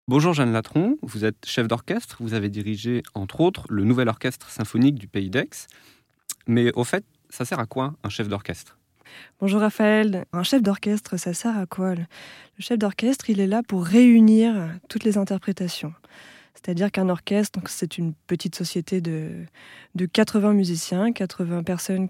Bonjour Jeanne Latron, vous êtes chef d'orchestre, vous avez dirigé entre autres le nouvel orchestre symphonique du Pays d'Aix. Mais au fait, ça sert à quoi un chef d'orchestre? Bonjour Raphaël. Un chef d'orchestre, ça sert à quoi? Le chef d'orchestre, il est là pour réunir toutes les interprétations. C'est-à-dire qu'un orchestre, donc c'est une petite société de 80 musiciens, 80 personnes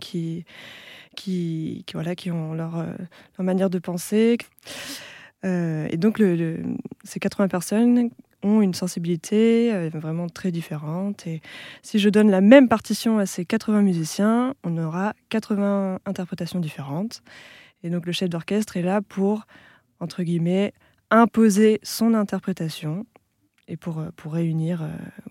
qui ont leur manière de penser. Et donc ces 80 personnes ont une sensibilité vraiment très différente. Et si je donne la même partition à ces 80 musiciens, on aura 80 interprétations différentes. Et donc le chef d'orchestre est là pour, entre guillemets, imposer son interprétation et pour réunir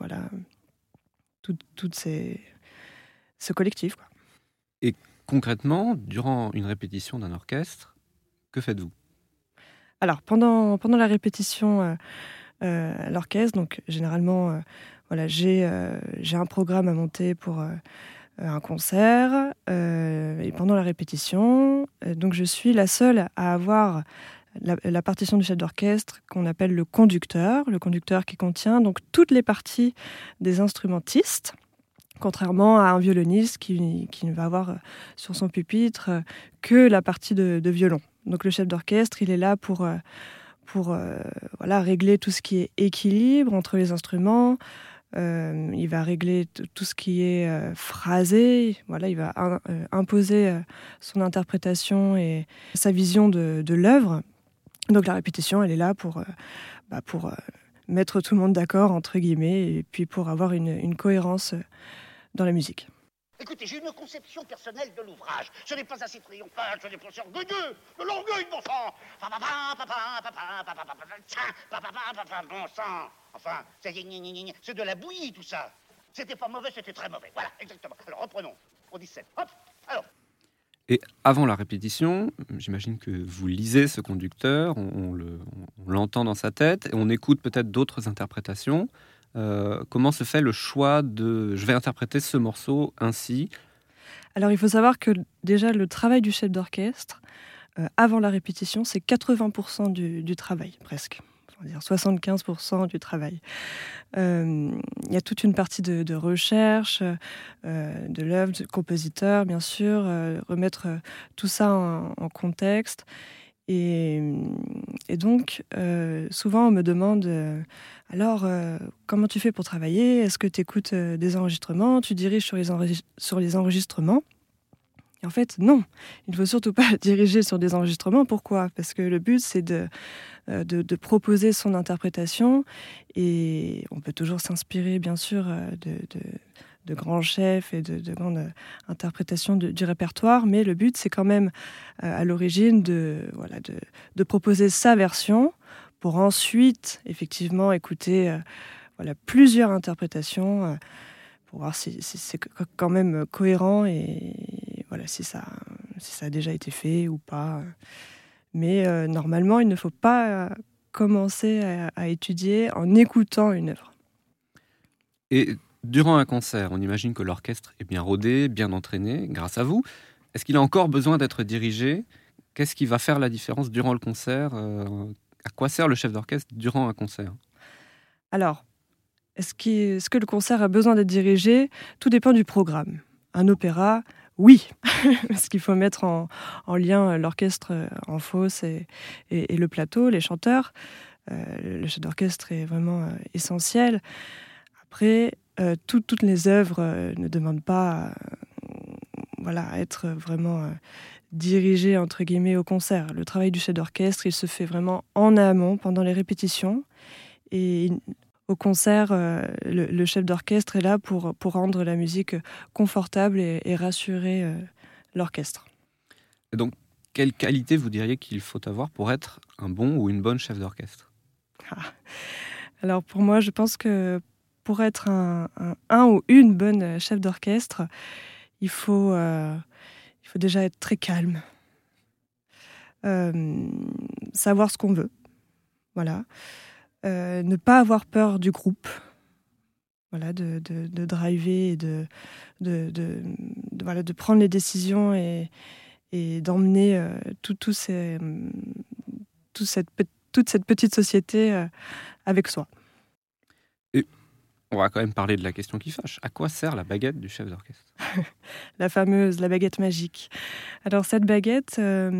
ce collectif, quoi. Et concrètement, durant une répétition d'un orchestre, que faites-vous? Alors pendant la répétition à l'orchestre, donc généralement j'ai un programme à monter pour un concert, et pendant la répétition, donc je suis la seule à avoir la partition du chef d'orchestre qu'on appelle le conducteur qui contient donc toutes les parties des instrumentistes, contrairement à un violoniste qui ne va avoir sur son pupitre que la partie de violon. Donc le chef d'orchestre, il est là pour régler tout ce qui est équilibre entre les instruments. Il va régler tout ce qui est phrasé. Voilà, il va imposer son interprétation et sa vision de l'œuvre. Donc la répétition, elle est là pour mettre tout le monde d'accord, entre guillemets, et puis pour avoir une cohérence dans la musique. Écoutez, j'ai une conception personnelle de l'ouvrage. Ce n'est pas assez triomphal, ce n'est pas assez orgueilleux. De l'orgueil, bon sang. Bon sang. Enfin, c'est de la bouillie, tout ça. C'était pas mauvais, c'était très mauvais. Voilà, exactement. Alors, reprenons. Au 17. Hop. Alors. Et avant la répétition, j'imagine que vous lisez ce conducteur, on l'entend dans sa tête, et on écoute peut-être d'autres interprétations. Comment se fait le choix de « je vais interpréter ce morceau ainsi ». Alors il faut savoir que déjà le travail du chef d'orchestre, avant la répétition, c'est 80% du travail, presque. On va dire 75% du travail. Il y a toute une partie de recherche, de l'œuvre, du compositeur, bien sûr, remettre tout ça en contexte. Et donc, souvent, on me demande alors, comment tu fais pour travailler? Est-ce que tu écoutes des enregistrements? Tu diriges sur les enregistrements? Et en fait, non. Il ne faut surtout pas diriger sur des enregistrements. Pourquoi? Parce que le but, c'est de proposer son interprétation. Et on peut toujours s'inspirer, bien sûr, de grands chefs et de grandes interprétations du répertoire, mais le but, c'est quand même, à l'origine, de proposer sa version pour ensuite, effectivement, écouter plusieurs interprétations pour voir si c'est quand même cohérent et voilà, si ça a déjà été fait ou pas. Mais normalement, il ne faut pas commencer à étudier en écoutant une œuvre. Et durant un concert, on imagine que l'orchestre est bien rodé, bien entraîné, grâce à vous. Est-ce qu'il a encore besoin d'être dirigé? Qu'est-ce qui va faire la différence durant le concert? À quoi sert le chef d'orchestre durant un concert? Alors, est-ce que le concert a besoin d'être dirigé? Tout dépend du programme. Un opéra, oui, parce qu'il faut mettre en lien l'orchestre en fosse et le plateau, les chanteurs. Le chef d'orchestre est vraiment essentiel. Après, toutes les œuvres ne demandent pas à être vraiment dirigées, entre guillemets, au concert. Le travail du chef d'orchestre, il se fait vraiment en amont, pendant les répétitions. Et au concert, le chef d'orchestre est là pour rendre la musique confortable et rassurer l'orchestre. Et donc, quelle qualité vous diriez qu'il faut avoir pour être un bon ou une bonne chef d'orchestre? Alors pour moi, je pense que pour être un ou une bonne chef d'orchestre, il faut déjà être très calme, savoir ce qu'on veut, voilà. Ne pas avoir peur du groupe, voilà, de driver et de prendre les décisions et d'emmener toute cette petite société avec soi. Et on va quand même parler de la question qui fâche. À quoi sert la baguette du chef d'orchestre ? La baguette magique. Alors cette baguette,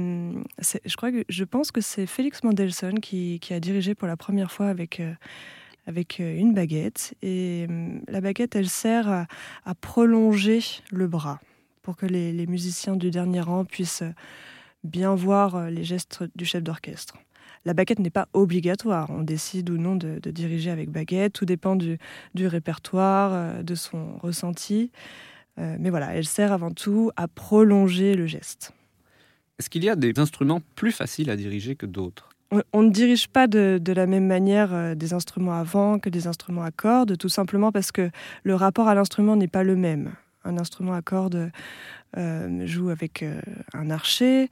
je pense que c'est Félix Mendelssohn qui a dirigé pour la première fois avec une baguette. Et la baguette, elle sert à prolonger le bras pour que les musiciens du dernier rang puissent bien voir les gestes du chef d'orchestre. La baguette n'est pas obligatoire. On décide ou non de diriger avec baguette. Tout dépend du répertoire, de son ressenti. Mais voilà, elle sert avant tout à prolonger le geste. Est-ce qu'il y a des instruments plus faciles à diriger que d'autres ? On ne dirige pas de la même manière des instruments à vent que des instruments à cordes, tout simplement parce que le rapport à l'instrument n'est pas le même. Un instrument à cordes joue avec un archet.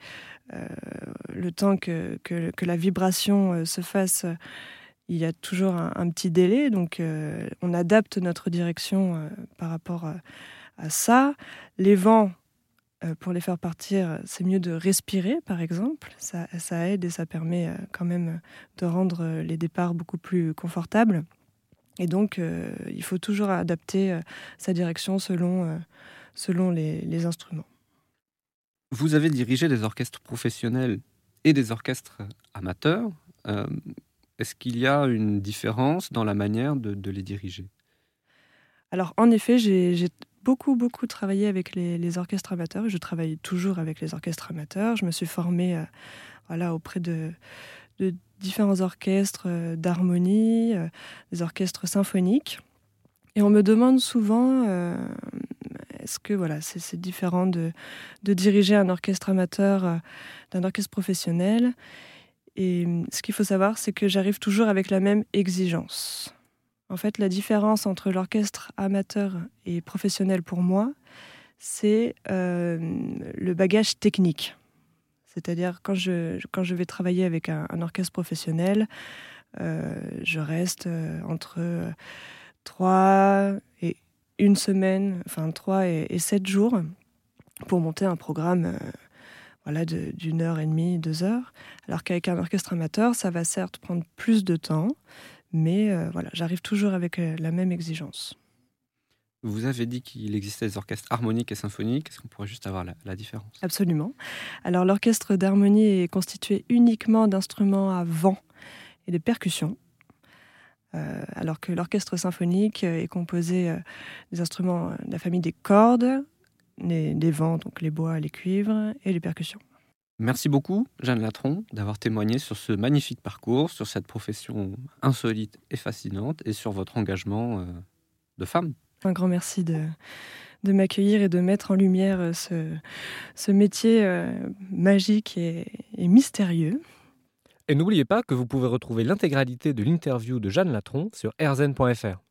Le temps que la vibration se fasse, il y a toujours un petit délai. Donc on adapte notre direction par rapport à ça. Les vents, pour les faire partir, c'est mieux de respirer, par exemple. Ça aide et ça permet quand même de rendre les départs beaucoup plus confortables. Et donc, il faut toujours adapter sa direction selon les instruments. Vous avez dirigé des orchestres professionnels et des orchestres amateurs. Est-ce qu'il y a une différence dans la manière de les diriger ? Alors, en effet, j'ai beaucoup travaillé avec les orchestres amateurs. Je travaille toujours avec les orchestres amateurs. Je me suis formée auprès de différents orchestres d'harmonie, des orchestres symphoniques. Et on me demande souvent, est-ce que c'est différent de diriger un orchestre amateur d'un orchestre professionnel ? Et ce qu'il faut savoir, c'est que j'arrive toujours avec la même exigence. En fait, la différence entre l'orchestre amateur et professionnel pour moi, c'est le bagage technique. C'est-à-dire, quand je vais travailler avec un orchestre professionnel, je reste entre 3 et 1 semaine, 3 et 7 jours pour monter un programme d'une heure et demie, 2 heures. Alors qu'avec un orchestre amateur, ça va certes prendre plus de temps, mais j'arrive toujours avec la même exigence. Vous avez dit qu'il existait des orchestres harmoniques et symphoniques. Est-ce qu'on pourrait juste avoir la différence ? Absolument. Alors l'orchestre d'harmonie est constitué uniquement d'instruments à vent et de percussions, alors que l'orchestre symphonique est composé des instruments de la famille des cordes, des vents, donc les bois, les cuivres et les percussions. Merci beaucoup, Jeanne Latron, d'avoir témoigné sur ce magnifique parcours, sur cette profession insolite et fascinante, et sur votre engagement de femme. Un grand merci de m'accueillir et de mettre en lumière ce métier magique et mystérieux. Et n'oubliez pas que vous pouvez retrouver l'intégralité de l'interview de Jeanne Latron sur rzn.fr.